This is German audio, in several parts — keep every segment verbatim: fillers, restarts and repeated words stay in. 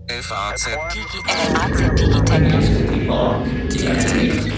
F A Z Digitech.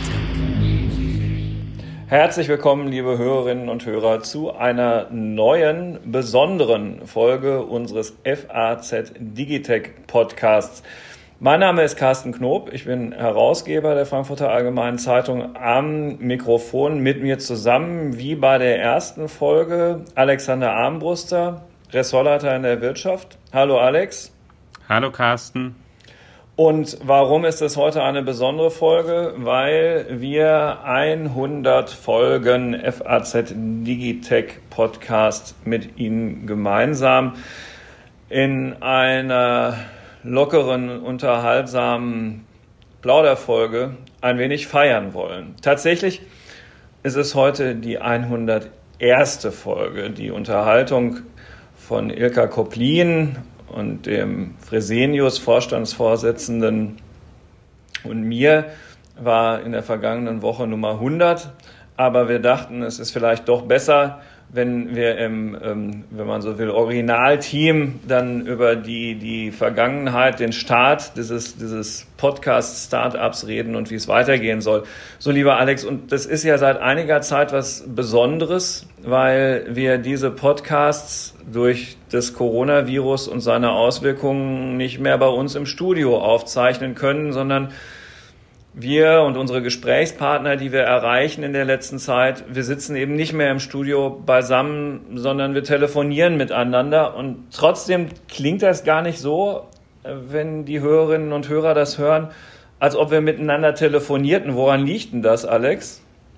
Herzlich willkommen, liebe Hörerinnen und Hörer, zu einer neuen, besonderen Folge unseres F A Z Digitech Podcasts. Mein Name ist Carsten Knob, ich bin Herausgeber der Frankfurter Allgemeinen Zeitung. Am Mikrofon mit mir zusammen, wie bei der ersten Folge, Alexander Armbruster, Ressortleiter in der Wirtschaft. Hallo Alex. Hallo Carsten. Und warum ist es heute eine besondere Folge? Weil wir hundert Folgen F A Z Digitech Podcast mit Ihnen gemeinsam in einer lockeren, unterhaltsamen Plauderfolge ein wenig feiern wollen. Tatsächlich ist es heute die hunderterste Folge. Die Unterhaltung von Ilka Koplin und dem Fresenius Vorstandsvorsitzenden und mir war in der vergangenen Woche Nummer hundert. Aber wir dachten, es ist vielleicht doch besser, wenn wir im, ähm, wenn man so will, Originalteam dann über die, die Vergangenheit, den Start dieses, dieses Podcast-Startups reden und wie es weitergehen soll. So, lieber Alex, und das ist ja seit einiger Zeit was Besonderes, weil wir diese Podcasts durch das Coronavirus und seine Auswirkungen nicht mehr bei uns im Studio aufzeichnen können, sondern wir und unsere Gesprächspartner, die wir erreichen in der letzten Zeit, wir sitzen eben nicht mehr im Studio beisammen, sondern wir telefonieren miteinander. Und trotzdem klingt das gar nicht so, wenn die Hörerinnen und Hörer das hören, als ob wir miteinander telefonierten. Woran liegt denn das, Alex?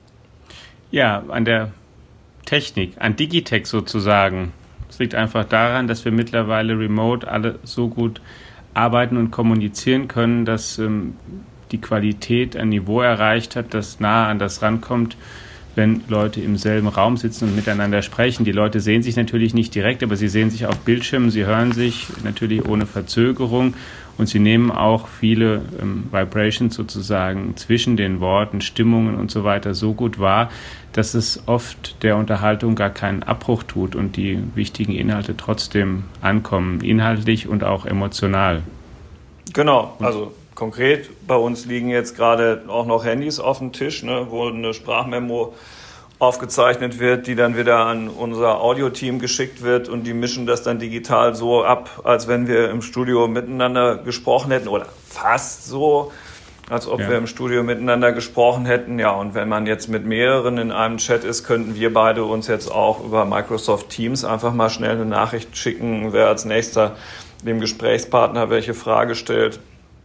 Ja, an der Technik, an Digitech sozusagen. Es liegt einfach daran, dass wir mittlerweile remote alle so gut arbeiten und kommunizieren können, dass ähm, die Qualität ein Niveau erreicht hat, das nahe an das rankommt, wenn Leute im selben Raum sitzen und miteinander sprechen. Die Leute sehen sich natürlich nicht direkt, aber sie sehen sich auf Bildschirmen, sie hören sich natürlich ohne Verzögerung und sie nehmen auch viele ähm, Vibrations sozusagen zwischen den Worten, Stimmungen und so weiter so gut wahr, dass es oft der Unterhaltung gar keinen Abbruch tut und die wichtigen Inhalte trotzdem ankommen, inhaltlich und auch emotional. Genau, also konkret, bei uns liegen jetzt gerade auch noch Handys auf dem Tisch, ne, wo eine Sprachmemo aufgezeichnet wird, die dann wieder an unser Audioteam geschickt wird und die mischen das dann digital so ab, als wenn wir im Studio miteinander gesprochen hätten oder fast so, als ob ja. wir im Studio miteinander gesprochen hätten. Ja, und wenn man jetzt mit mehreren in einem Chat ist, könnten wir beide uns jetzt auch über Microsoft Teams einfach mal schnell eine Nachricht schicken, wer als nächster dem Gesprächspartner welche Frage stellt.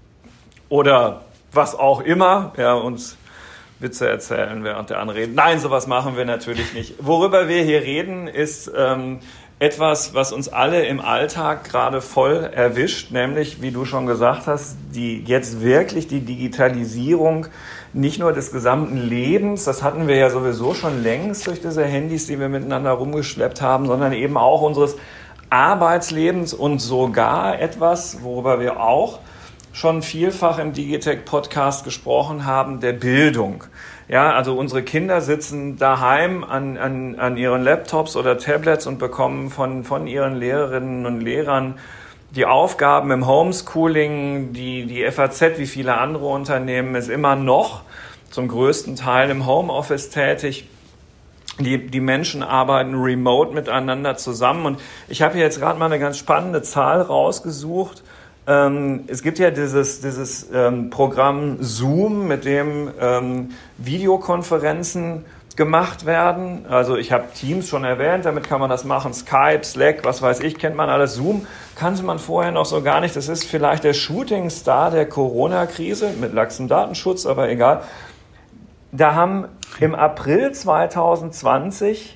Oder was auch immer, ja, uns Witze erzählen während der Anreden. Nein, sowas machen wir natürlich nicht. Worüber wir hier reden, ist ähm, etwas, was uns alle im Alltag gerade voll erwischt, nämlich, wie du schon gesagt hast, die jetzt wirklich die Digitalisierung nicht nur des gesamten Lebens, das hatten wir ja sowieso schon längst durch diese Handys, die wir miteinander rumgeschleppt haben, sondern eben auch unseres Arbeitslebens und sogar etwas, worüber wir auch schon vielfach im Digitech-Podcast gesprochen haben, der Bildung. Ja, also unsere Kinder sitzen daheim an, an, an ihren Laptops oder Tablets und bekommen von, von ihren Lehrerinnen und Lehrern die Aufgaben im Homeschooling. Die, die F A Z, wie viele andere Unternehmen, ist immer noch zum größten Teil im Homeoffice tätig. Die, die Menschen arbeiten remote miteinander zusammen. Und ich habe hier jetzt gerade mal eine ganz spannende Zahl rausgesucht. Ähm, es gibt ja dieses, dieses ähm, Programm Zoom, mit dem ähm, Videokonferenzen gemacht werden. Also ich habe Teams schon erwähnt, damit kann man das machen. Skype, Slack, was weiß ich, kennt man alles. Zoom kannte man vorher noch so gar nicht. Das ist vielleicht der Shootingstar der Corona-Krise mit laxem Datenschutz, aber egal. Da haben im April zwanzig zwanzig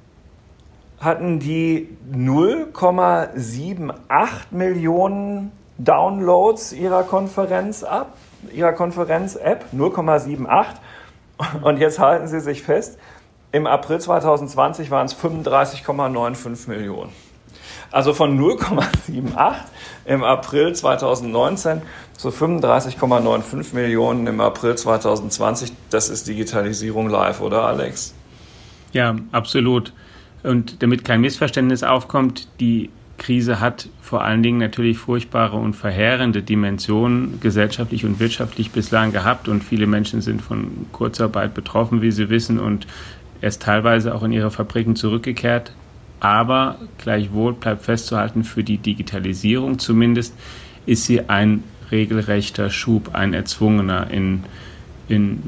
hatten die null Komma achtundsiebzig Millionen Downloads ihrer Konferenz ab, ihrer Konferenz-App, null Komma achtundsiebzig. Und jetzt halten Sie sich fest, im April zwanzig zwanzig waren es fünfunddreißig Komma fünfundneunzig Millionen. Also von null Komma achtundsiebzig im April zwanzig neunzehn zu fünfunddreißig Komma fünfundneunzig Millionen im April zwanzig zwanzig. Das ist Digitalisierung live, oder Alex? Ja, absolut. Und damit kein Missverständnis aufkommt, die Krise hat vor allen Dingen natürlich furchtbare und verheerende Dimensionen gesellschaftlich und wirtschaftlich bislang gehabt und viele Menschen sind von Kurzarbeit betroffen, wie Sie wissen, und erst teilweise auch in ihre Fabriken zurückgekehrt. Aber gleichwohl bleibt festzuhalten, für die Digitalisierung zumindest ist sie ein regelrechter Schub, ein erzwungener. In, in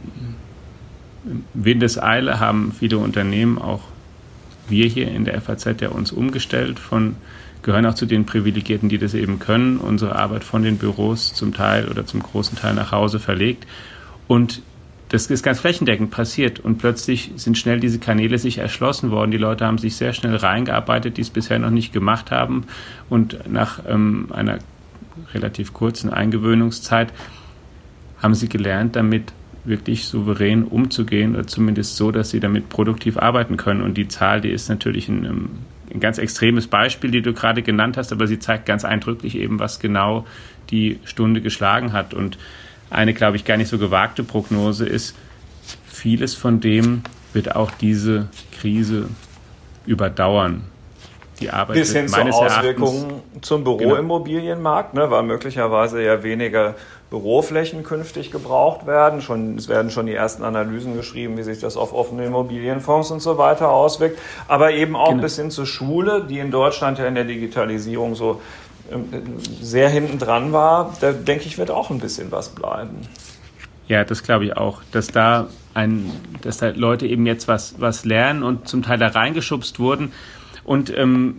Windeseile haben viele Unternehmen, auch wir hier in der F A Z, ja uns umgestellt, von, gehören auch zu den Privilegierten, die das eben können, unsere Arbeit von den Büros zum Teil oder zum großen Teil nach Hause verlegt. Und das ist ganz flächendeckend passiert und plötzlich sind schnell diese Kanäle sich erschlossen worden. Die Leute haben sich sehr schnell reingearbeitet, die es bisher noch nicht gemacht haben. Und nach ähm, einer relativ kurzen Eingewöhnungszeit haben sie gelernt, damit wirklich souverän umzugehen oder zumindest so, dass sie damit produktiv arbeiten können. Und die Zahl, die ist natürlich ein, ein ganz extremes Beispiel, die du gerade genannt hast, aber sie zeigt ganz eindrücklich eben, was genau die Stunde geschlagen hat. Und eine, glaube ich, gar nicht so gewagte Prognose ist, vieles von dem wird auch diese Krise überdauern. Die Arbeit bis hin wird zu meines Auswirkungen Erachtens, zum Büroimmobilienmarkt, ne, weil möglicherweise ja weniger Büroflächen künftig gebraucht werden. Schon, es werden schon die ersten Analysen geschrieben, wie sich das auf offene Immobilienfonds und so weiter auswirkt. Aber eben auch genau. bis hin zur Schule, die in Deutschland ja in der Digitalisierung so sehr hinten dran war, da denke ich, wird auch ein bisschen was bleiben. Ja, das glaube ich auch, dass da ein, dass da Leute eben jetzt was, was lernen und zum Teil da reingeschubst wurden. Und ähm,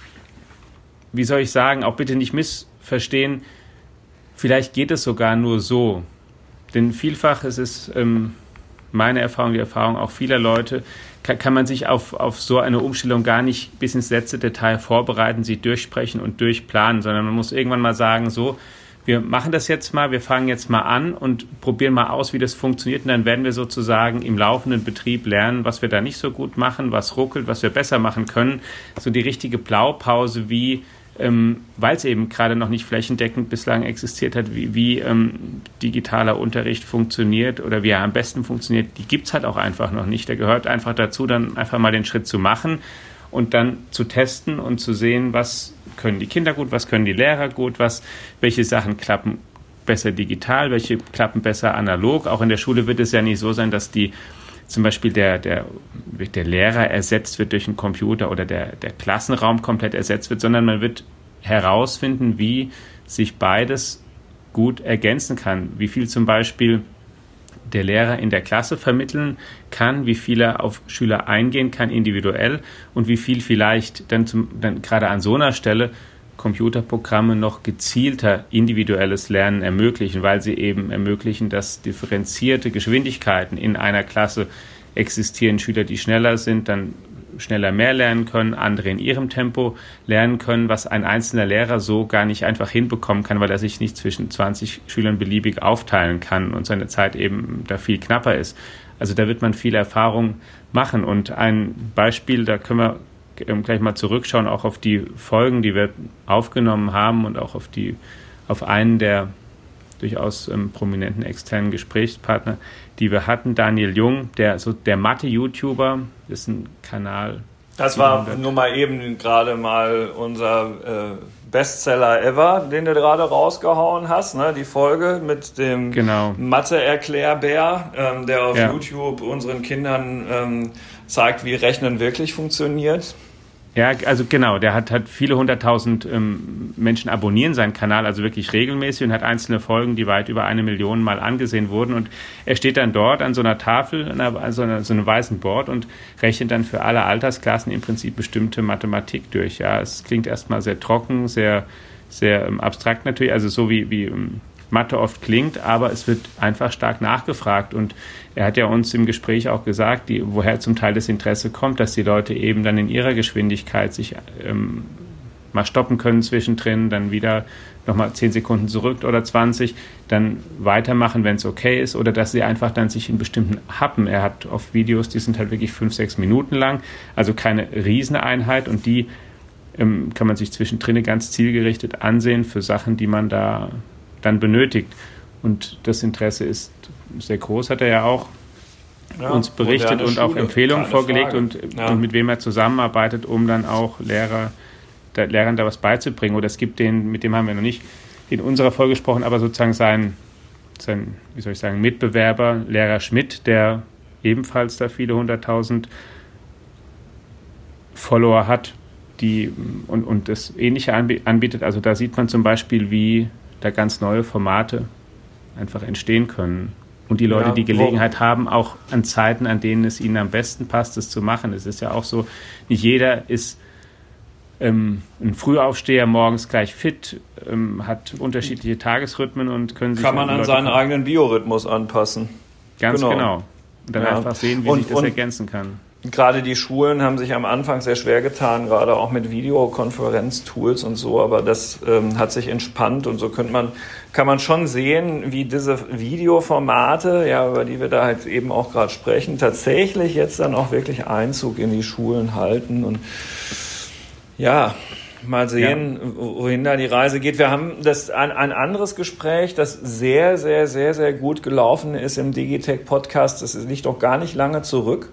wie soll ich sagen, auch bitte nicht missverstehen, vielleicht geht es sogar nur so. Denn vielfach ist es ähm, meine Erfahrung, die Erfahrung auch vieler Leute, kann, kann man sich auf, auf so eine Umstellung gar nicht bis ins letzte Detail vorbereiten, sie durchsprechen und durchplanen, sondern man muss irgendwann mal sagen, so, wir machen das jetzt mal, wir fangen jetzt mal an und probieren mal aus, wie das funktioniert und dann werden wir sozusagen im laufenden Betrieb lernen, was wir da nicht so gut machen, was ruckelt, was wir besser machen können. So die richtige Blaupause, wie Ähm, weil es eben gerade noch nicht flächendeckend bislang existiert hat, wie, wie ähm, digitaler Unterricht funktioniert oder wie er am besten funktioniert, die gibt es halt auch einfach noch nicht. Da gehört einfach dazu, dann einfach mal den Schritt zu machen und dann zu testen und zu sehen, was können die Kinder gut, was können die Lehrer gut, was, welche Sachen klappen besser digital, welche klappen besser analog. Auch in der Schule wird es ja nicht so sein, dass die zum Beispiel der, der, der Lehrer ersetzt wird durch einen Computer oder der, der Klassenraum komplett ersetzt wird, sondern man wird herausfinden, wie sich beides gut ergänzen kann. Wie viel zum Beispiel der Lehrer in der Klasse vermitteln kann, wie viel er auf Schüler eingehen kann individuell und wie viel vielleicht dann, zum, dann gerade an so einer Stelle Computerprogramme noch gezielter individuelles Lernen ermöglichen, weil sie eben ermöglichen, dass differenzierte Geschwindigkeiten in einer Klasse existieren. Schüler, die schneller sind, dann schneller mehr lernen können, andere in ihrem Tempo lernen können, was ein einzelner Lehrer so gar nicht einfach hinbekommen kann, weil er sich nicht zwischen zwanzig Schülern beliebig aufteilen kann und seine Zeit eben da viel knapper ist. Also da wird man viel Erfahrung machen. Und ein Beispiel, da können wir gleich mal zurückschauen, auch auf die Folgen, die wir aufgenommen haben und auch auf die, auf einen der durchaus ähm, prominenten externen Gesprächspartner, die wir hatten, Daniel Jung, der so der Mathe-YouTuber, das ist ein Kanal. Das war nur mal eben gerade mal unser äh, Bestseller ever, den du gerade rausgehauen hast, ne? Die Folge mit dem genau. Mathe-Erklärbär, ähm, der auf ja. YouTube unseren Kindern ähm, zeigt, wie Rechnen wirklich funktioniert. Ja, also genau, der hat, hat viele hunderttausend ähm, Menschen abonnieren seinen Kanal, also wirklich regelmäßig und hat einzelne Folgen, die weit über eine Million Mal angesehen wurden. Und er steht dann dort an so einer Tafel, an einer, so, einer, so einem weißen Board und rechnet dann für alle Altersklassen im Prinzip bestimmte Mathematik durch. Ja, es klingt erstmal sehr trocken, sehr, sehr ähm, abstrakt natürlich, also so wie, wie ähm, Mathe oft klingt, aber es wird einfach stark nachgefragt und er hat ja uns im Gespräch auch gesagt, die, woher zum Teil das Interesse kommt, dass die Leute eben dann in ihrer Geschwindigkeit sich ähm, mal stoppen können zwischendrin, dann wieder nochmal zehn Sekunden zurück oder zwanzig, dann weitermachen, wenn es okay ist oder dass sie einfach dann sich in bestimmten Happen, er hat oft Videos, die sind halt wirklich fünf, sechs Minuten lang, also keine Rieseneinheit und die ähm, kann man sich zwischendrin ganz zielgerichtet ansehen für Sachen, die man da dann benötigt. Und das Interesse ist sehr groß, hat er ja auch ja, uns berichtet und auch Schule, Empfehlungen vorgelegt und, ja. und mit wem er zusammenarbeitet, um dann auch Lehrer der Lehrern da was beizubringen. Oder es gibt den, mit dem haben wir noch nicht in unserer Folge gesprochen, aber sozusagen sein, sein, wie soll ich sagen, Mitbewerber, Lehrer Schmidt, der ebenfalls da viele hunderttausend Follower hat, die und, und das Ähnliche anbietet. Also da sieht man zum Beispiel, wie da ganz neue Formate einfach entstehen können. Und die Leute, ja, die Gelegenheit wo, haben, auch an Zeiten, an denen es ihnen am besten passt, es zu machen. Es ist ja auch so, nicht jeder ist ähm, ein Frühaufsteher, morgens gleich fit, ähm, hat unterschiedliche Tagesrhythmen und können sich... Kann man an seinen eigenen Biorhythmus anpassen. Ganz genau. genau. Und dann ja. einfach sehen, wie und, sich das und, ergänzen kann. Gerade die Schulen haben sich am Anfang sehr schwer getan, gerade auch mit Videokonferenztools und so, aber das ähm, hat sich entspannt und so könnte man, kann man schon sehen, wie diese Videoformate, ja, über die wir da halt eben auch gerade sprechen, tatsächlich jetzt dann auch wirklich Einzug in die Schulen halten und ja, mal sehen, ja. wohin da die Reise geht. Wir haben das ein, ein anderes Gespräch, das sehr, sehr, sehr, sehr gut gelaufen ist im Digitech-Podcast, das liegt doch gar nicht lange zurück.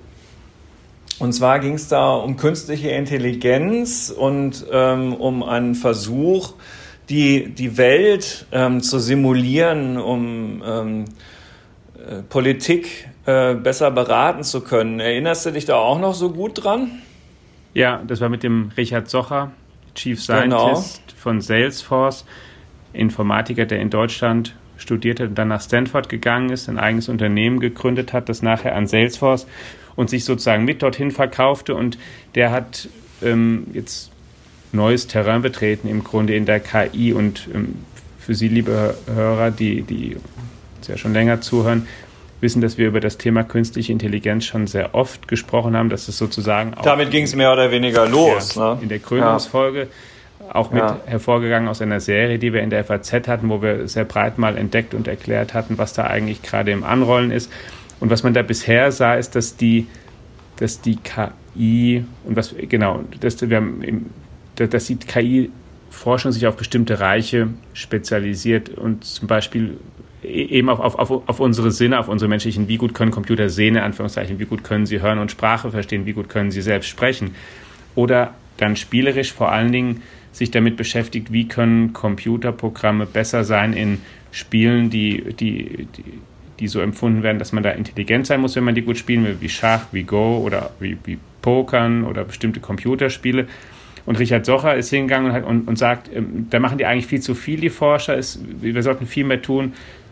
Und zwar ging es da um künstliche Intelligenz und ähm, um einen Versuch, die, die Welt ähm, zu simulieren, um ähm, äh, Politik äh, besser beraten zu können. Erinnerst du dich da auch noch so gut dran? Ja, das war mit dem Richard Socher, Chief Scientist genau. von Salesforce, Informatiker, der in Deutschland studiert hat und dann nach Stanford gegangen ist, ein eigenes Unternehmen gegründet hat, das nachher an Salesforce und sich sozusagen mit dorthin verkaufte. Und der hat ähm, jetzt neues Terrain betreten, im Grunde in der K I. Und ähm, für Sie, liebe Hörer, die, die uns ja schon länger zuhören, wissen, dass wir über das Thema künstliche Intelligenz schon sehr oft gesprochen haben, dass es sozusagen auch... Damit ging es mehr oder weniger los. Ja, ne? In der Krönungsfolge. Ja. Auch mit ja. hervorgegangen aus einer Serie, die wir in der F A Z hatten, wo wir sehr breit mal entdeckt und erklärt hatten, was da eigentlich gerade im Anrollen ist. Und was man da bisher sah, ist, dass die, dass die K I und was genau, dass, wir haben im, dass die K I-Forschung sich auf bestimmte Bereiche spezialisiert und zum Beispiel eben auf, auf, auf, auf unsere Sinne, auf unsere menschlichen, wie gut können Computer sehen, in Anführungszeichen, wie gut können sie hören und Sprache verstehen, wie gut können sie selbst sprechen. Oder dann spielerisch vor allen Dingen sich damit beschäftigt, wie können Computerprogramme besser sein in Spielen, die, die, die, die so empfunden werden, dass man da intelligent sein muss, wenn man die gut spielen will, wie Schach, wie Go oder wie, wie Pokern oder bestimmte Computerspiele. Und Richard Socher ist hingegangen und, hat, und, und sagt, ähm, da machen die eigentlich viel zu viel, die Forscher. Es, wir sollten viel mehr tun,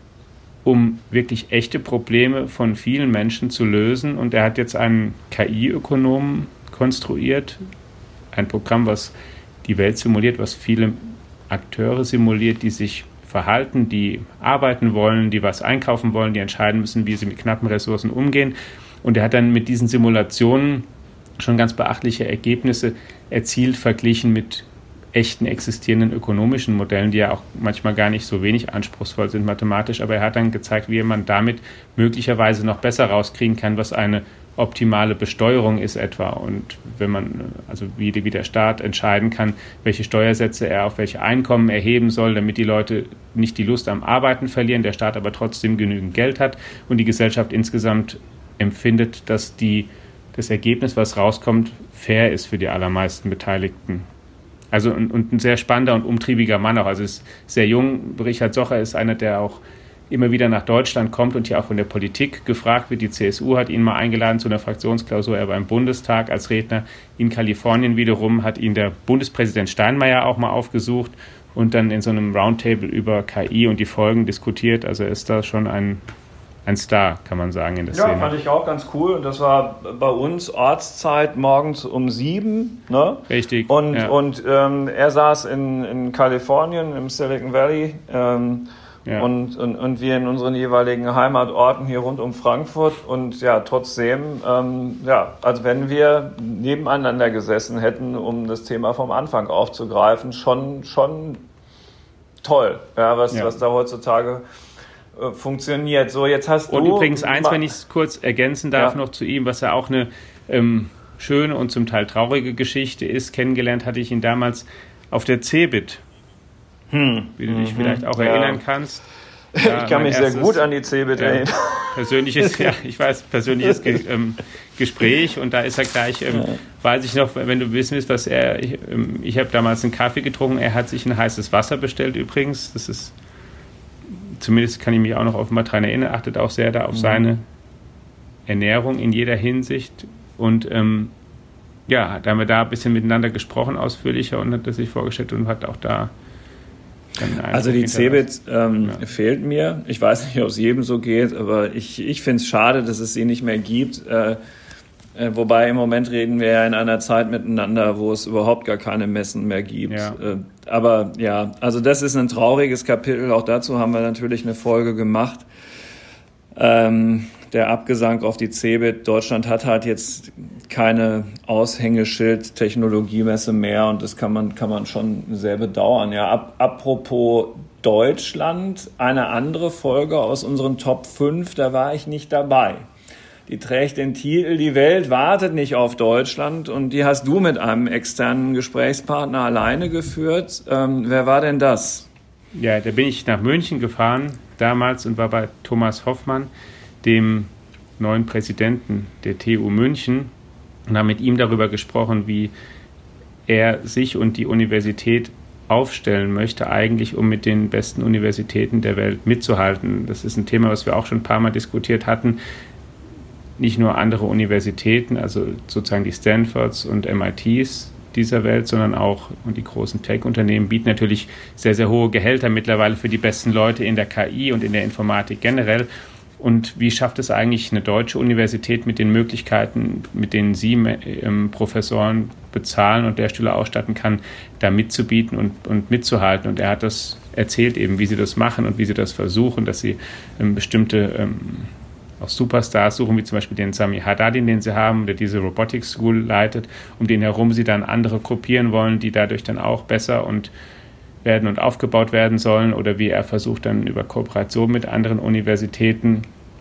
um wirklich echte Probleme von vielen Menschen zu lösen. Und er hat jetzt einen K I-Ökonomen konstruiert, ein Programm, was die Welt simuliert, was viele Akteure simuliert, die sich verhalten, die arbeiten wollen, die was einkaufen wollen, die entscheiden müssen, wie sie mit knappen Ressourcen umgehen. Und er hat dann mit diesen Simulationen schon ganz beachtliche Ergebnisse erzielt, verglichen mit echten existierenden ökonomischen Modellen, die ja auch manchmal gar nicht so wenig anspruchsvoll sind mathematisch. Aber er hat dann gezeigt, wie man damit möglicherweise noch besser rauskriegen kann, was eine optimale Besteuerung ist etwa und wenn man, also wie, wie der Staat entscheiden kann, welche Steuersätze er auf welche Einkommen erheben soll, damit die Leute nicht die Lust am Arbeiten verlieren, der Staat aber trotzdem genügend Geld hat und die Gesellschaft insgesamt empfindet, dass die, das Ergebnis, was rauskommt, fair ist für die allermeisten Beteiligten. Also und, und ein sehr spannender und umtriebiger Mann auch, also ist sehr jung. Richard Socher ist einer, der auch immer wieder nach Deutschland kommt und hier auch von der Politik gefragt wird. Die C S U hat ihn mal eingeladen zu einer Fraktionsklausur, er war im Bundestag als Redner. In Kalifornien wiederum hat ihn der Bundespräsident Steinmeier auch mal aufgesucht und dann in so einem Roundtable über K I und die Folgen diskutiert. Also er ist da schon ein, ein Star, kann man sagen, in der Szene. Ja, fand ich auch ganz cool. Und das war bei uns Ortszeit morgens um sieben. Ne? Richtig. Und, ja. und ähm, er saß in, in Kalifornien, im Silicon Valley. Ähm, Ja. Und, und, und wir in unseren jeweiligen Heimatorten hier rund um Frankfurt und ja, trotzdem, ähm, ja, als wenn wir nebeneinander gesessen hätten, um das Thema vom Anfang aufzugreifen, schon, schon toll, ja, was, ja. was da heutzutage äh, funktioniert. So, jetzt hast du... Und übrigens eins, wenn ich es kurz ergänzen darf, ja. noch zu ihm, was ja auch eine ähm, schöne und zum Teil traurige Geschichte ist. Kennengelernt hatte ich ihn damals auf der CeBIT. Hm. Wie du dich mhm. vielleicht auch ja. erinnern kannst. Ich kann mich sehr gut an die Cebit äh, erinnern. Persönliches, ja, ich weiß, persönliches Ge- ähm, Gespräch und da ist er gleich, ähm, ja. weiß ich noch, wenn du wissen willst, was er, ich, ähm, ich habe damals einen Kaffee getrunken, er hat sich ein heißes Wasser bestellt übrigens, das ist, zumindest kann ich mich auch noch offenbar daran erinnern, achtet auch sehr da auf mhm. seine Ernährung in jeder Hinsicht und ähm, ja, da haben wir da ein bisschen miteinander gesprochen, ausführlicher und hat er sich vorgestellt und hat auch da Also die Cebit ähm, ja. fehlt mir. Ich weiß nicht, ob es jedem so geht, aber ich, ich finde es schade, dass es sie nicht mehr gibt. Äh, äh, wobei im Moment reden wir ja in einer Zeit miteinander, wo es überhaupt gar keine Messen mehr gibt. Ja. Äh, aber ja, also das ist ein trauriges Kapitel. Auch dazu haben wir natürlich eine Folge gemacht. Ähm, der Abgesang auf die Cebit. Deutschland hat halt jetzt keine Aushängeschild-Technologiemesse mehr und das kann man, kann man schon sehr bedauern. Ja, ap- apropos Deutschland, eine andere Folge aus unseren Top fünf, da war ich nicht dabei. Die trägt den Titel "Die Welt wartet nicht auf Deutschland" und die hast du mit einem externen Gesprächspartner alleine geführt. Ähm, wer war denn das? Ja, da bin ich nach München gefahren damals und war bei Thomas Hoffmann, dem neuen Präsidenten der T U München, und habe mit ihm darüber gesprochen, wie er sich und die Universität aufstellen möchte, eigentlich, um mit den besten Universitäten der Welt mitzuhalten. Das ist ein Thema, was wir auch schon ein paar Mal diskutiert hatten. Nicht nur andere Universitäten, also sozusagen die Stanfords und M I Ts dieser Welt, sondern auch, und die großen Tech-Unternehmen bieten natürlich sehr, sehr hohe Gehälter mittlerweile für die besten Leute in der K I und in der Informatik generell. Und wie schafft es eigentlich eine deutsche Universität mit den Möglichkeiten, mit denen sie ähm, Professoren bezahlen und Lehrstühle ausstatten kann, da mitzubieten und, und mitzuhalten? Und er hat das erzählt eben, wie sie das machen und wie sie das versuchen, dass sie ähm, bestimmte ähm, auch Superstars suchen, wie zum Beispiel den Sami Haddadin, den sie haben, der diese Robotics School leitet, um den herum sie dann andere kopieren wollen, die dadurch dann auch besser und werden und aufgebaut werden sollen, oder wie er versucht dann über Kooperation mit anderen Universitäten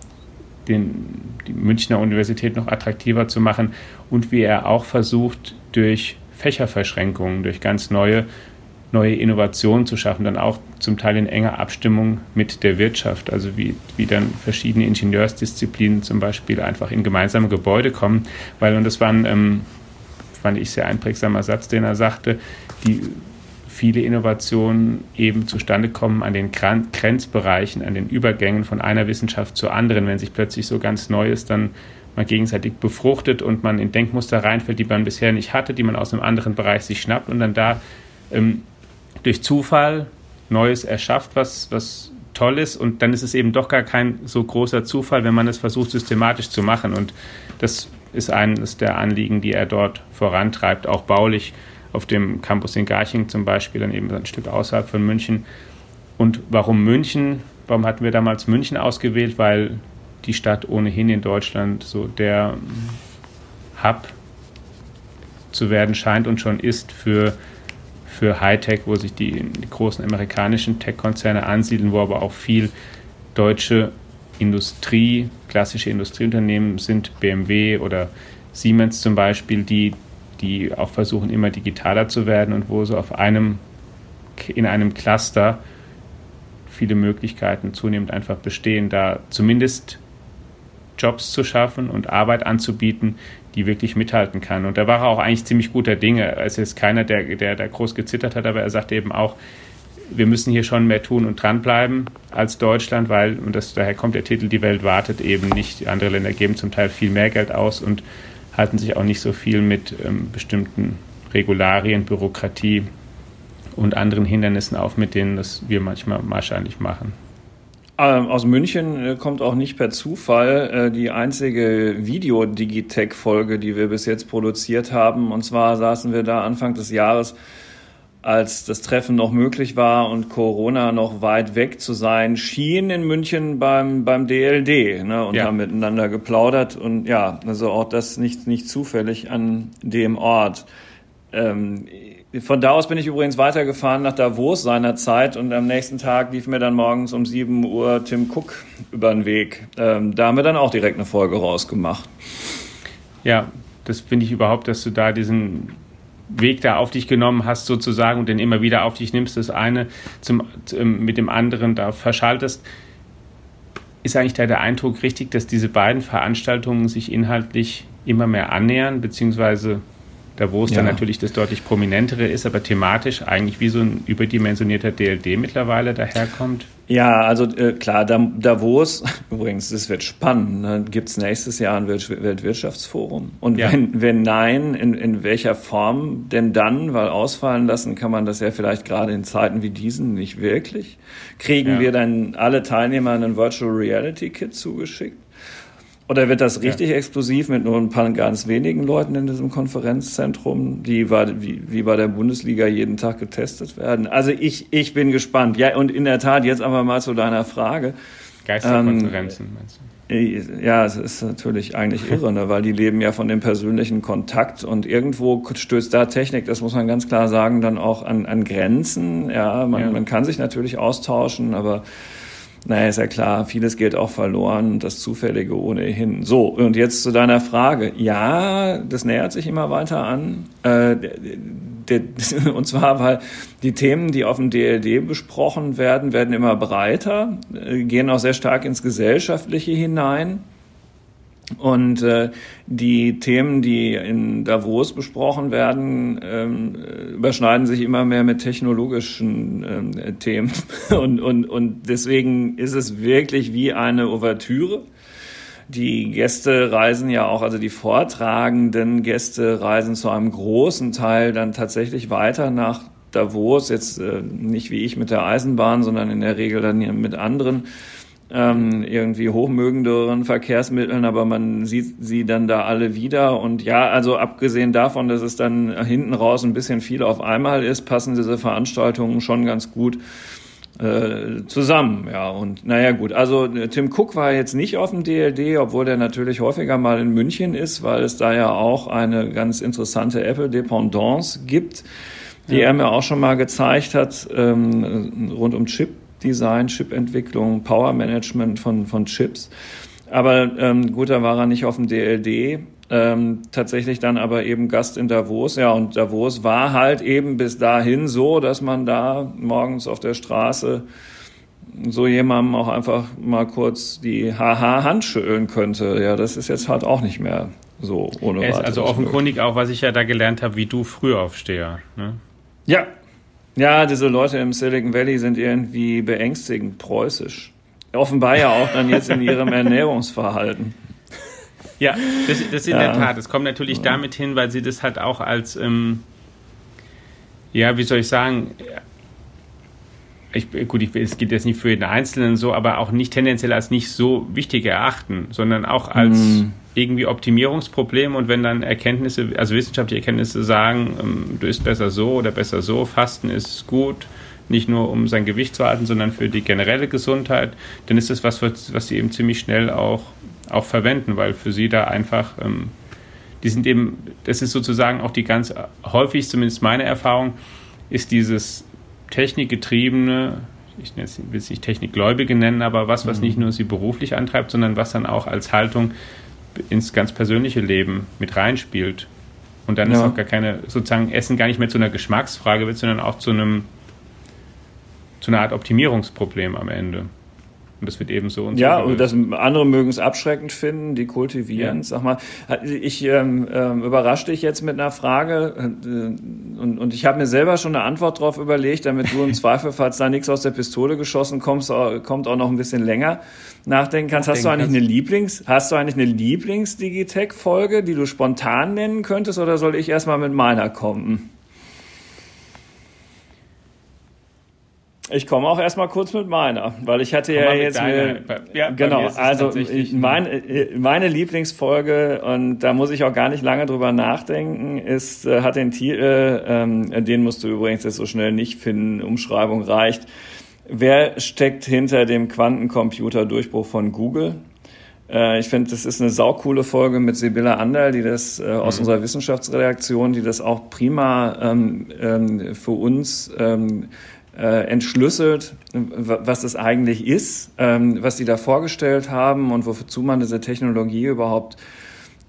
den, die Münchner Universität noch attraktiver zu machen und wie er auch versucht, durch Fächerverschränkungen, durch ganz neue, neue Innovationen zu schaffen, dann auch zum Teil in enger Abstimmung mit der Wirtschaft, also wie, wie dann verschiedene Ingenieursdisziplinen zum Beispiel einfach in gemeinsame Gebäude kommen, weil, und das war ein, ähm, fand ich, sehr einprägsamer Satz, den er sagte, die viele Innovationen eben zustande kommen an den Grenzbereichen, an den Übergängen von einer Wissenschaft zur anderen, wenn sich plötzlich so ganz Neues dann mal gegenseitig befruchtet und man in Denkmuster reinfällt, die man bisher nicht hatte, die man aus einem anderen Bereich sich schnappt und dann da ähm, durch Zufall Neues erschafft, was, was toll ist, und dann ist es eben doch gar kein so großer Zufall, wenn man es versucht, systematisch zu machen, und das ist eines der Anliegen, die er dort vorantreibt, auch baulich, auf dem Campus in Garching zum Beispiel, dann eben ein Stück außerhalb von München. Und warum München? Warum hatten wir damals München ausgewählt? Weil die Stadt ohnehin in Deutschland so der Hub zu werden scheint und schon ist für, für Hightech, wo sich die, die großen amerikanischen Tech-Konzerne ansiedeln, wo aber auch viel deutsche Industrie, klassische Industrieunternehmen sind, B M W oder Siemens zum Beispiel, die die auch versuchen, immer digitaler zu werden und wo so auf einem, in einem Cluster viele Möglichkeiten zunehmend einfach bestehen, da zumindest Jobs zu schaffen und Arbeit anzubieten, die wirklich mithalten kann. Und da war er auch eigentlich ziemlich guter Dinge. Es ist keiner, der, der da groß gezittert hat, aber er sagte eben auch, wir müssen hier schon mehr tun und dranbleiben als Deutschland, weil, und das, daher kommt der Titel "Die Welt wartet" eben nicht. Andere Länder geben zum Teil viel mehr Geld aus und halten sich auch nicht so viel mit ähm, bestimmten Regularien, Bürokratie und anderen Hindernissen auf, mit denen das wir manchmal wahrscheinlich machen. Ähm, aus München äh, kommt auch nicht per Zufall äh, die einzige Video-Digitech-Folge, die wir bis jetzt produziert haben. Und zwar saßen wir da Anfang des Jahres, als das Treffen noch möglich war und Corona noch weit weg zu sein schien, in München beim beim D L D, ne, und ja. haben miteinander geplaudert, und ja, also auch das nicht nicht zufällig an dem Ort. Ähm, von da aus bin ich übrigens weitergefahren nach Davos seinerzeit, und am nächsten Tag lief mir dann morgens um sieben Uhr Tim Cook über den Weg. Ähm, da haben wir dann auch direkt eine Folge rausgemacht. Ja, das finde ich überhaupt, dass du da diesen Weg da auf dich genommen hast sozusagen und den immer wieder auf dich nimmst, das eine zum, zum, mit dem anderen da verschaltest. Ist eigentlich da der Eindruck richtig, dass diese beiden Veranstaltungen sich inhaltlich immer mehr annähern, beziehungsweise Davos ja. dann natürlich das deutlich prominentere ist, aber thematisch eigentlich wie so ein überdimensionierter D L D mittlerweile daherkommt? Ja, also äh, klar, Davos, übrigens, das wird spannend, ne? Gibt es nächstes Jahr ein Weltwirtschaftsforum? Und ja. wenn, wenn nein, in, in welcher Form denn dann? Weil ausfallen lassen kann man das ja vielleicht gerade in Zeiten wie diesen nicht wirklich. Kriegen ja. wir dann alle Teilnehmer einen Virtual Reality Kit zugeschickt? Oder wird das richtig ja. exklusiv mit nur ein paar ganz wenigen Leuten in diesem Konferenzzentrum, die wie, wie bei der Bundesliga jeden Tag getestet werden? Also ich, ich bin gespannt. Ja, und in der Tat, jetzt aber mal zu deiner Frage. Geisterkonferenzen, ähm, meinst du? Ja, es ist natürlich eigentlich irre, ne, weil die leben ja von dem persönlichen Kontakt und irgendwo stößt da Technik, das muss man ganz klar sagen, dann auch an, an Grenzen. Ja, man, ja. man kann sich natürlich austauschen, aber naja, ist ja klar, vieles geht auch verloren, das Zufällige ohnehin. So, und jetzt zu deiner Frage. Ja, das nähert sich immer weiter an. Äh, der, der, und zwar, weil die Themen, die auf dem D L D besprochen werden, werden immer breiter, äh, gehen auch sehr stark ins Gesellschaftliche hinein. Und äh, die Themen, die in Davos besprochen werden, ähm, überschneiden sich immer mehr mit technologischen ähm, Themen. Und, und, und deswegen ist es wirklich wie eine Ouvertüre. Die Gäste reisen ja auch, also die vortragenden Gäste reisen zu einem großen Teil dann tatsächlich weiter nach Davos. Jetzt äh, nicht wie ich mit der Eisenbahn, sondern in der Regel dann mit anderen Ähm, irgendwie hochmögenderen Verkehrsmitteln, aber man sieht sie dann da alle wieder. Und ja, also abgesehen davon, dass es dann hinten raus ein bisschen viel auf einmal ist, passen diese Veranstaltungen schon ganz gut äh, zusammen. Ja, und naja gut, also Tim Cook war jetzt nicht auf dem D L D, obwohl der natürlich häufiger mal in München ist, weil es da ja auch eine ganz interessante Apple-Dependance gibt, die ja. er mir auch schon mal gezeigt hat, ähm, rund um Chip Design, Chip-Entwicklung, Power-Management von, von Chips. Aber ähm, gut, da war er nicht auf dem D L D. Ähm, tatsächlich dann aber eben Gast in Davos. Ja, und Davos war halt eben bis dahin so, dass man da morgens auf der Straße so jemandem auch einfach mal kurz die Haha-Hand schütteln könnte. Ja, das ist jetzt halt auch nicht mehr so ohne weiteres. Also offenkundig auch, was ich ja da gelernt habe, wie du Frühaufsteher. Ne? Ja. Ja, diese Leute im Silicon Valley sind irgendwie beängstigend preußisch. Offenbar ja auch dann jetzt in ihrem Ernährungsverhalten. Ja, das, das in ja. der Tat. Es kommt natürlich ja. damit hin, weil sie das halt auch als, ähm, ja, wie soll ich sagen, ich, gut, ich, es geht jetzt nicht für jeden Einzelnen so, aber auch nicht tendenziell als nicht so wichtig erachten, sondern auch als mm. irgendwie Optimierungsproblem. Und wenn dann Erkenntnisse, also wissenschaftliche Erkenntnisse sagen, ähm, du isst besser so oder besser so, Fasten ist gut, nicht nur um sein Gewicht zu halten, sondern für die generelle Gesundheit, dann ist das was, was sie eben ziemlich schnell auch, auch verwenden, weil für sie da einfach, ähm, die sind eben, das ist sozusagen auch die ganz häufig, zumindest meine Erfahrung, ist dieses technikgetriebene, ich will es nicht Technikgläubige nennen, aber was, was nicht nur sie beruflich antreibt, sondern was dann auch als Haltung ins ganz persönliche Leben mit reinspielt. Und dann ja. ist auch gar keine, sozusagen Essen gar nicht mehr zu einer Geschmacksfrage wird, sondern auch zu einem, zu einer Art Optimierungsproblem am Ende. Und das wird eben so und ja, so. Ja, und das, andere mögen es abschreckend finden, die kultivieren es. Ja. Sag mal, ich ähm, ähm, überrasche dich jetzt mit einer Frage äh, und, und ich habe mir selber schon eine Antwort drauf überlegt, damit du im Zweifel, falls da nichts aus der Pistole geschossen kommst, kommt auch noch ein bisschen länger nachdenken kannst. Hast du eigentlich eine Lieblings, hast du eigentlich eine Lieblings-Digitech-Folge, die du spontan nennen könntest, oder soll ich erstmal mit meiner kommen? Ich komme auch erstmal kurz mit meiner, weil ich hatte Komm ja jetzt deiner, mir, ja, genau, also meine, meine Lieblingsfolge, und da muss ich auch gar nicht lange drüber nachdenken, ist, hat den Titel, ähm, den musst du übrigens jetzt so schnell nicht finden, Umschreibung reicht. Wer steckt hinter dem Quantencomputer-Durchbruch von Google? Äh, ich finde, das ist eine saukoole Folge mit Sibylla Anderl, die das äh, aus mhm. unserer Wissenschaftsredaktion, die das auch prima ähm, ähm, für uns ähm, Äh, entschlüsselt, was das eigentlich ist, ähm, was die da vorgestellt haben und wozu man diese Technologie überhaupt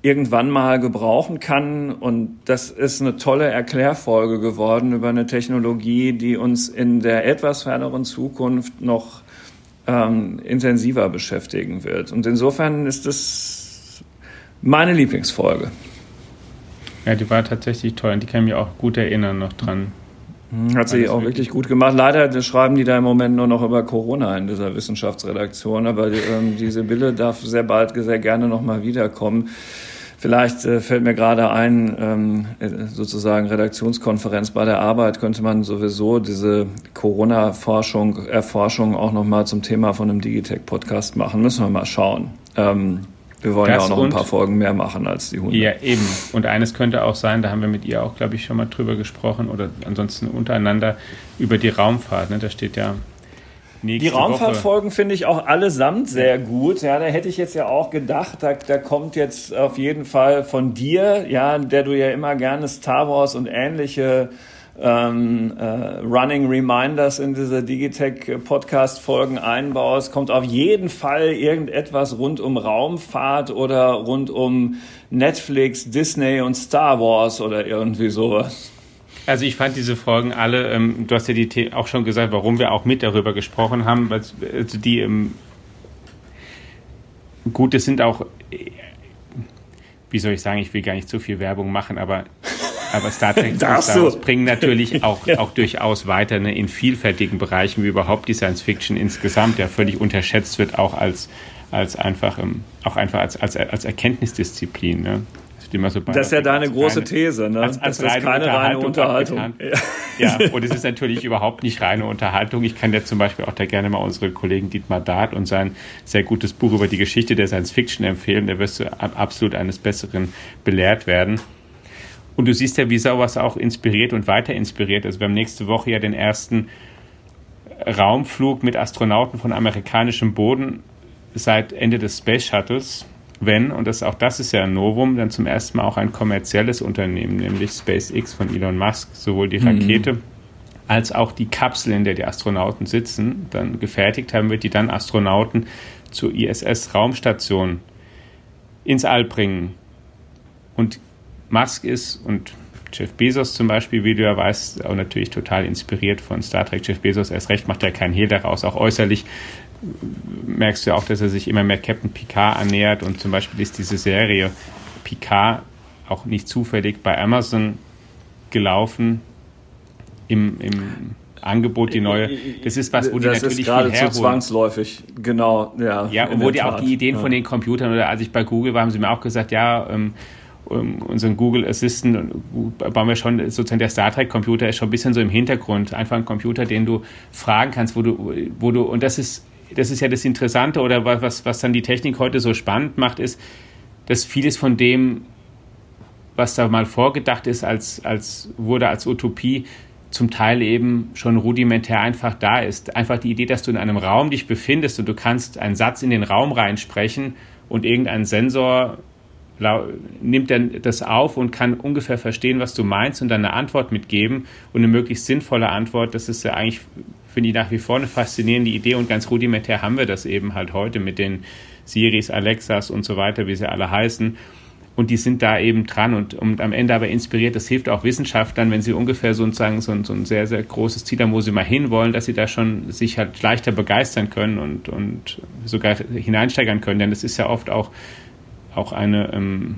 irgendwann mal gebrauchen kann. Und das ist eine tolle Erklärfolge geworden über eine Technologie, die uns in der etwas ferneren Zukunft noch ähm, intensiver beschäftigen wird. Und insofern ist es meine Lieblingsfolge. Ja, die war tatsächlich toll und die kann ich mir auch gut erinnern noch dran. Hat sie auch wirklich gut gemacht. Leider schreiben die da im Moment nur noch über Corona in dieser Wissenschaftsredaktion, aber die, ähm, die Sibylle darf sehr bald sehr gerne noch mal wiederkommen. Vielleicht äh, fällt mir gerade ein, ähm, sozusagen Redaktionskonferenz bei der Arbeit, könnte man sowieso diese Corona-Forschung, Erforschung auch noch mal zum Thema von einem Digitech-Podcast machen. Müssen wir mal schauen. Ähm, Wir wollen das ja auch noch ein paar Folgen mehr machen als die Hunde. Ja, eben. Und eines könnte auch sein, da haben wir mit ihr auch, glaube ich, schon mal drüber gesprochen oder ansonsten untereinander über die Raumfahrt. Ne? Da steht ja nächste Die Raumfahrtfolgen finde ich auch allesamt sehr gut. Ja, da hätte ich jetzt ja auch gedacht, da, da kommt jetzt auf jeden Fall von dir, ja, der du ja immer gerne Star Wars und ähnliche Ähm, äh, Running Reminders in diese Digitech-Podcast-Folgen einbaust, kommt auf jeden Fall irgendetwas rund um Raumfahrt oder rund um Netflix, Disney und Star Wars oder irgendwie sowas. Also ich fand diese Folgen alle, ähm, du hast ja die The- auch schon gesagt, warum wir auch mit darüber gesprochen haben, weil also die ähm, gut, es sind auch, wie soll ich sagen, ich will gar nicht zu viel Werbung machen, aber Aber Star Trek und Star Wars bringen natürlich auch, ja. auch durchaus weiter, ne, in vielfältigen Bereichen, wie überhaupt die Science Fiction insgesamt ja völlig unterschätzt wird, auch als, als einfach, ähm, auch einfach als, als, als Erkenntnisdisziplin. Ne? Das, immer so das ist ja deine große reine, These, ne? Als, als das ist keine reine Unterhaltung. Ja. ja, und es ist natürlich überhaupt nicht reine Unterhaltung. Ich kann dir zum Beispiel auch da gerne mal unsere Kollegen Dietmar Dart und sein sehr gutes Buch über die Geschichte der Science Fiction empfehlen. Da wirst du absolut eines Besseren belehrt werden. Und du siehst ja, wie sowas auch inspiriert und weiter inspiriert. Also wir haben nächste Woche ja den ersten Raumflug mit Astronauten von amerikanischem Boden seit Ende des Space Shuttles, wenn, und das, auch das ist ja ein Novum, dann zum ersten Mal auch ein kommerzielles Unternehmen, nämlich SpaceX von Elon Musk, sowohl die Rakete mhm. als auch die Kapsel, in der die Astronauten sitzen, dann gefertigt haben wird, die dann Astronauten zur I S S-Raumstation ins All bringen. Und Musk ist und Jeff Bezos zum Beispiel, wie du ja weißt, auch natürlich total inspiriert von Star Trek. Jeff Bezos erst recht macht ja keinen Hehl daraus. Auch äußerlich merkst du ja auch, dass er sich immer mehr Captain Picard annähert. Und zum Beispiel ist diese Serie Picard auch nicht zufällig bei Amazon gelaufen im, im Angebot, die neue. Das ist was, wo die das natürlich ist gerade viel herholen. zu zwangsläufig, genau. Ja, ja und wo die auch die Ideen ja. von den Computern, oder als ich bei Google war, haben sie mir auch gesagt, ja, ähm, Um, unseren Google Assistant bauen wir schon, sozusagen der Star Trek Computer ist schon ein bisschen so im Hintergrund, einfach ein Computer, den du fragen kannst, wo du, wo du, und das ist, das ist ja das Interessante oder was, was dann die Technik heute so spannend macht, ist, dass vieles von dem, was da mal vorgedacht ist, als, als, wurde als Utopie, zum Teil eben schon rudimentär einfach da ist. Einfach die Idee, dass du in einem Raum dich befindest und du kannst einen Satz in den Raum reinsprechen und irgendein Sensor nimmt dann das auf und kann ungefähr verstehen, was du meinst und dann eine Antwort mitgeben und eine möglichst sinnvolle Antwort. Das ist ja eigentlich, finde ich, nach wie vor eine faszinierende Idee und ganz rudimentär haben wir das eben halt heute mit den Siris, Alexas und so weiter, wie sie alle heißen. Und die sind da eben dran und, und am Ende aber inspiriert. Das hilft auch Wissenschaftlern, wenn sie ungefähr sozusagen so ein, so ein sehr, sehr großes Ziel haben, wo sie mal hinwollen, dass sie da schon sich halt leichter begeistern können und, und sogar hineinsteigern können. Denn das ist ja oft auch auch eine, ähm,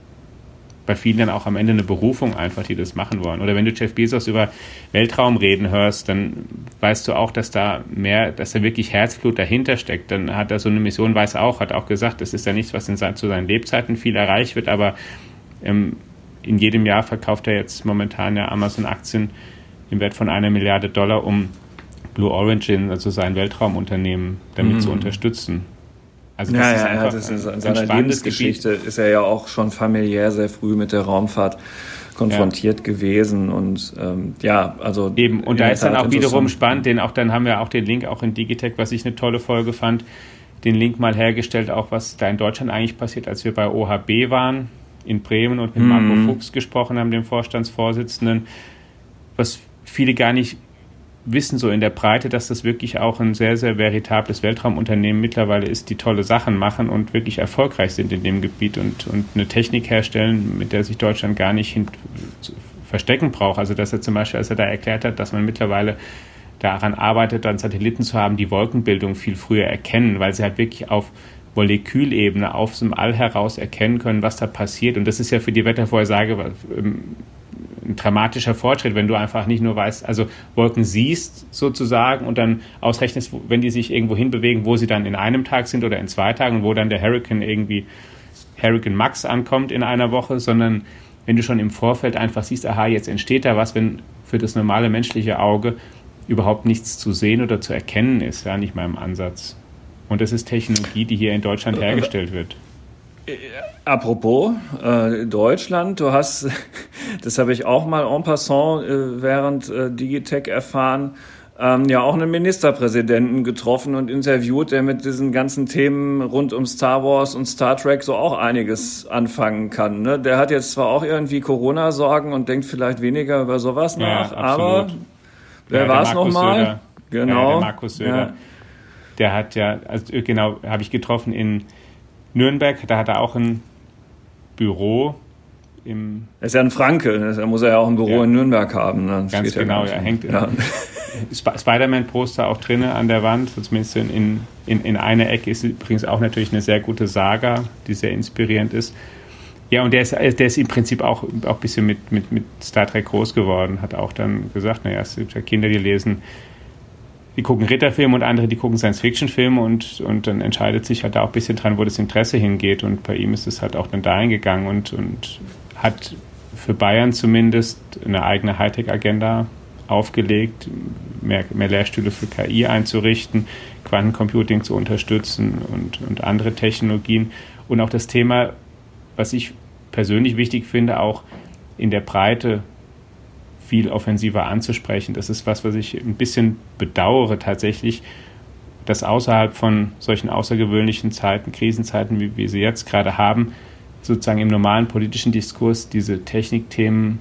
bei vielen dann auch am Ende eine Berufung einfach, die das machen wollen. Oder wenn du Jeff Bezos über Weltraum reden hörst, dann weißt du auch, dass da mehr, dass da wirklich Herzblut dahinter steckt. Dann hat er so eine Mission, weiß auch, hat auch gesagt, das ist ja nichts, was in sein, zu seinen Lebzeiten viel erreicht wird, aber ähm, in jedem Jahr verkauft er jetzt momentan ja Amazon-Aktien im Wert von einer Milliarde Dollar, um Blue Origin, also sein Weltraumunternehmen, damit mhm. zu unterstützen. Also das ja, ist ja, einfach ja, das ist in seiner Lebensgeschichte Gebiet. Ist er ja auch schon familiär sehr früh mit der Raumfahrt konfrontiert ja. gewesen und ähm, ja, also eben, und da ist dann auch wiederum spannend, den auch dann haben wir auch den Link auch in Digitech, was ich eine tolle Folge fand, den Link mal hergestellt, auch was da in Deutschland eigentlich passiert, als wir bei O H B waren in Bremen und mit mhm. Marco Fuchs gesprochen haben, dem Vorstandsvorsitzenden, was viele gar nicht wissen so in der Breite, dass das wirklich auch ein sehr, sehr veritables Weltraumunternehmen mittlerweile ist, die tolle Sachen machen und wirklich erfolgreich sind in dem Gebiet und, und eine Technik herstellen, mit der sich Deutschland gar nicht hin, verstecken braucht. Also dass er zum Beispiel, als er da erklärt hat, dass man mittlerweile daran arbeitet, dann Satelliten zu haben, die Wolkenbildung viel früher erkennen, weil sie halt wirklich auf Molekülebene aus dem All heraus erkennen können, was da passiert. Und das ist ja für die Wettervorhersage ein dramatischer Fortschritt, wenn du einfach nicht nur weißt, also Wolken siehst sozusagen und dann ausrechnest, wenn die sich irgendwo hinbewegen, wo sie dann in einem Tag sind oder in zwei Tagen und wo dann der Hurricane irgendwie Hurricane Max ankommt in einer Woche, sondern wenn du schon im Vorfeld einfach siehst, aha, jetzt entsteht da was, wenn für das normale menschliche Auge überhaupt nichts zu sehen oder zu erkennen ist, ja, nicht mal im Ansatz. Und das ist Technologie, die hier in Deutschland hergestellt wird. Apropos äh, Deutschland, du hast, das habe ich auch mal en passant äh, während äh, Digitech erfahren, ähm, ja auch einen Ministerpräsidenten getroffen und interviewt, der mit diesen ganzen Themen rund um Star Wars und Star Trek so auch einiges anfangen kann. Ne? Der hat jetzt zwar auch irgendwie Corona-Sorgen und denkt vielleicht weniger über sowas nach, ja, aber wer ja, war es nochmal? Genau. Ja, der Markus Söder. Ja. Der hat ja, also genau, habe ich getroffen in Nürnberg, da hat er auch ein Büro im... Er ist ja ein Franke, da muss er ja auch ein Büro ja. in Nürnberg haben. Ne? Ganz genau, er hängt ja. Sp- Spider-Man-Poster auch drinnen an der Wand, zumindest in, in, in einer Ecke ist übrigens auch natürlich eine sehr gute Saga, die sehr inspirierend ist. Ja, und der ist, der ist im Prinzip auch, auch ein bisschen mit, mit, mit Star Trek groß geworden, hat auch dann gesagt, naja, es gibt ja Kinder, die lesen... Die gucken Ritterfilme und andere, die gucken Science-Fiction-Filme und, und dann entscheidet sich halt auch ein bisschen dran, wo das Interesse hingeht. Und bei ihm ist es halt auch dann dahin gegangen und, und hat für Bayern zumindest eine eigene Hightech-Agenda aufgelegt, mehr, mehr Lehrstühle für K I einzurichten, Quantencomputing zu unterstützen und, und andere Technologien. Und auch das Thema, was ich persönlich wichtig finde, auch in der Breite viel offensiver anzusprechen. Das ist was, was ich ein bisschen bedauere tatsächlich, dass außerhalb von solchen außergewöhnlichen Zeiten, Krisenzeiten, wie wir sie jetzt gerade haben, sozusagen im normalen politischen Diskurs diese Technikthemen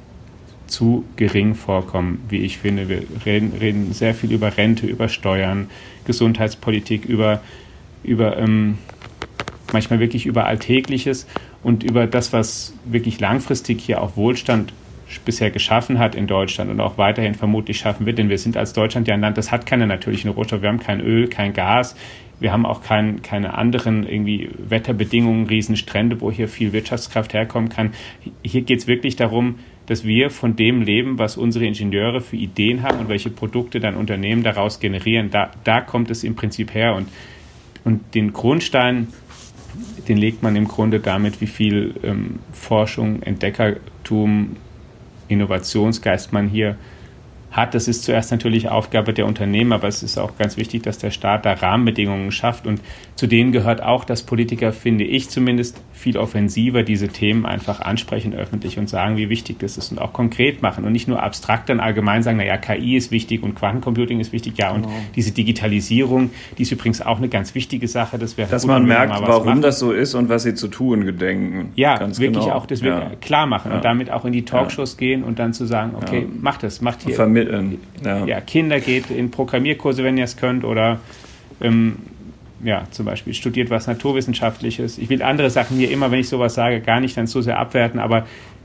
zu gering vorkommen, wie ich finde. Wir reden, reden sehr viel über Rente, über Steuern, Gesundheitspolitik, über, über ähm, manchmal wirklich über Alltägliches und über das, was wirklich langfristig hier auch Wohlstand bisher geschaffen hat in Deutschland und auch weiterhin vermutlich schaffen wird, denn wir sind als Deutschland ja ein Land, das hat keine natürlichen Rohstoffe, wir haben kein Öl, kein Gas, wir haben auch kein, keine anderen irgendwie Wetterbedingungen, Riesenstrände, wo hier viel Wirtschaftskraft herkommen kann. Hier geht es wirklich darum, dass wir von dem leben, was unsere Ingenieure für Ideen haben und welche Produkte dann Unternehmen daraus generieren. Da, da kommt es im Prinzip her und, und den Grundstein, den legt man im Grunde damit, wie viel ähm, Forschung, Entdeckertum, Innovationsgeist man hier hat. Das ist zuerst natürlich Aufgabe der Unternehmen, aber es ist auch ganz wichtig, dass der Staat da Rahmenbedingungen schafft und zu denen gehört auch, dass Politiker, finde ich zumindest, viel offensiver diese Themen einfach ansprechen öffentlich und sagen, wie wichtig das ist und auch konkret machen und nicht nur abstrakt dann allgemein sagen, naja, K I ist wichtig und Quantencomputing ist wichtig, ja, und genau. Diese Digitalisierung, die ist übrigens auch eine ganz wichtige Sache. Das wäre Dass gut, man merkt, warum machen. Das so ist und was sie zu tun gedenken. Ja, ganz wirklich genau. Auch das ja. klar machen ja. und damit auch in die Talkshows ja. gehen und dann zu sagen, okay, ja. macht das, macht hier. Und vermitteln. Ja. ja, Kinder geht in Programmierkurse, wenn ihr es könnt, oder ähm, ja, zum Beispiel studiert was Naturwissenschaftliches. Ich will andere Sachen hier immer, wenn ich sowas sage, gar nicht dann so sehr abwerten, aber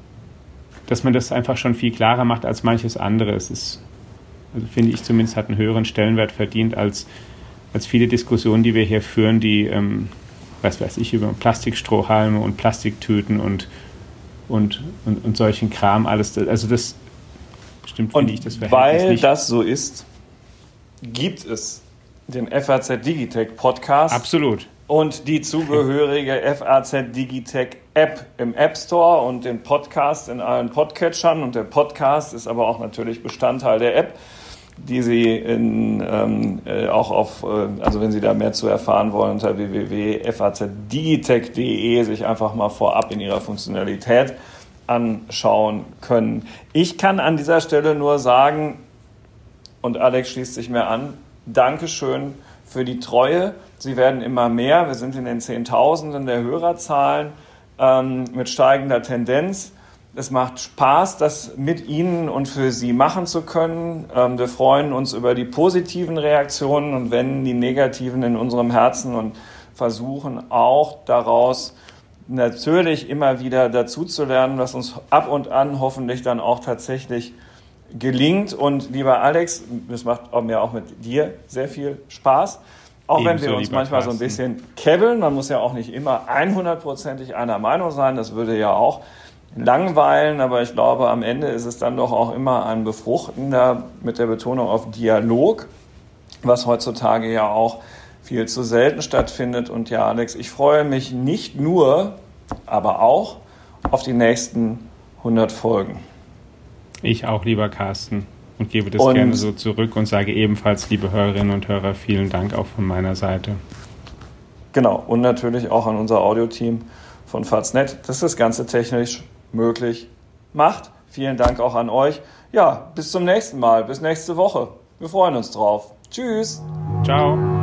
dass man das einfach schon viel klarer macht als manches andere. Es ist, also finde ich zumindest, hat einen höheren Stellenwert verdient als, als viele Diskussionen, die wir hier führen, die, ähm, was weiß ich, über Plastikstrohhalme und Plastiktüten und, und, und, und solchen Kram, alles. Also das stimmt, finde ich, das Verhältnis weil nicht. Das so ist, gibt es den F A Z Digitech Podcast. Absolut. Und die zugehörige F A Z Digitech App im App Store und den Podcast in allen Podcatchern. Und der Podcast ist aber auch natürlich Bestandteil der App, die Sie in, ähm, äh, auch auf, äh, also wenn Sie da mehr zu erfahren wollen, unter w w w punkt f a z digitech punkt d e sich einfach mal vorab in ihrer Funktionalität anschauen können. Ich kann an dieser Stelle nur sagen, und Alex schließt sich mir an, Dankeschön für die Treue. Sie werden immer mehr. Wir sind in den Zehntausenden der Hörerzahlen ähm, mit steigender Tendenz. Es macht Spaß, das mit Ihnen und für Sie machen zu können. Ähm, wir freuen uns über die positiven Reaktionen und wenden die negativen in unserem Herzen und versuchen auch daraus natürlich immer wieder dazuzulernen, was uns ab und an hoffentlich dann auch tatsächlich gelingt. Und lieber Alex, das macht mir auch mit dir sehr viel Spaß. Auch Ebenso, wenn wir uns manchmal Carsten. so ein bisschen kebbeln. Man muss ja auch nicht immer hundertprozentig einer Meinung sein. Das würde ja auch langweilen. Aber ich glaube, am Ende ist es dann doch auch immer ein befruchtender, mit der Betonung auf Dialog, was heutzutage ja auch viel zu selten stattfindet. Und ja, Alex, ich freue mich nicht nur, aber auch auf die nächsten hundert Folgen. Ich auch, lieber Carsten, und gebe das und, gerne so zurück und sage ebenfalls, liebe Hörerinnen und Hörer, vielen Dank auch von meiner Seite. Genau, und natürlich auch an unser Audioteam von Faznet, das das Ganze technisch möglich macht. Vielen Dank auch an euch. Ja, bis zum nächsten Mal, bis nächste Woche. Wir freuen uns drauf. Tschüss. Ciao.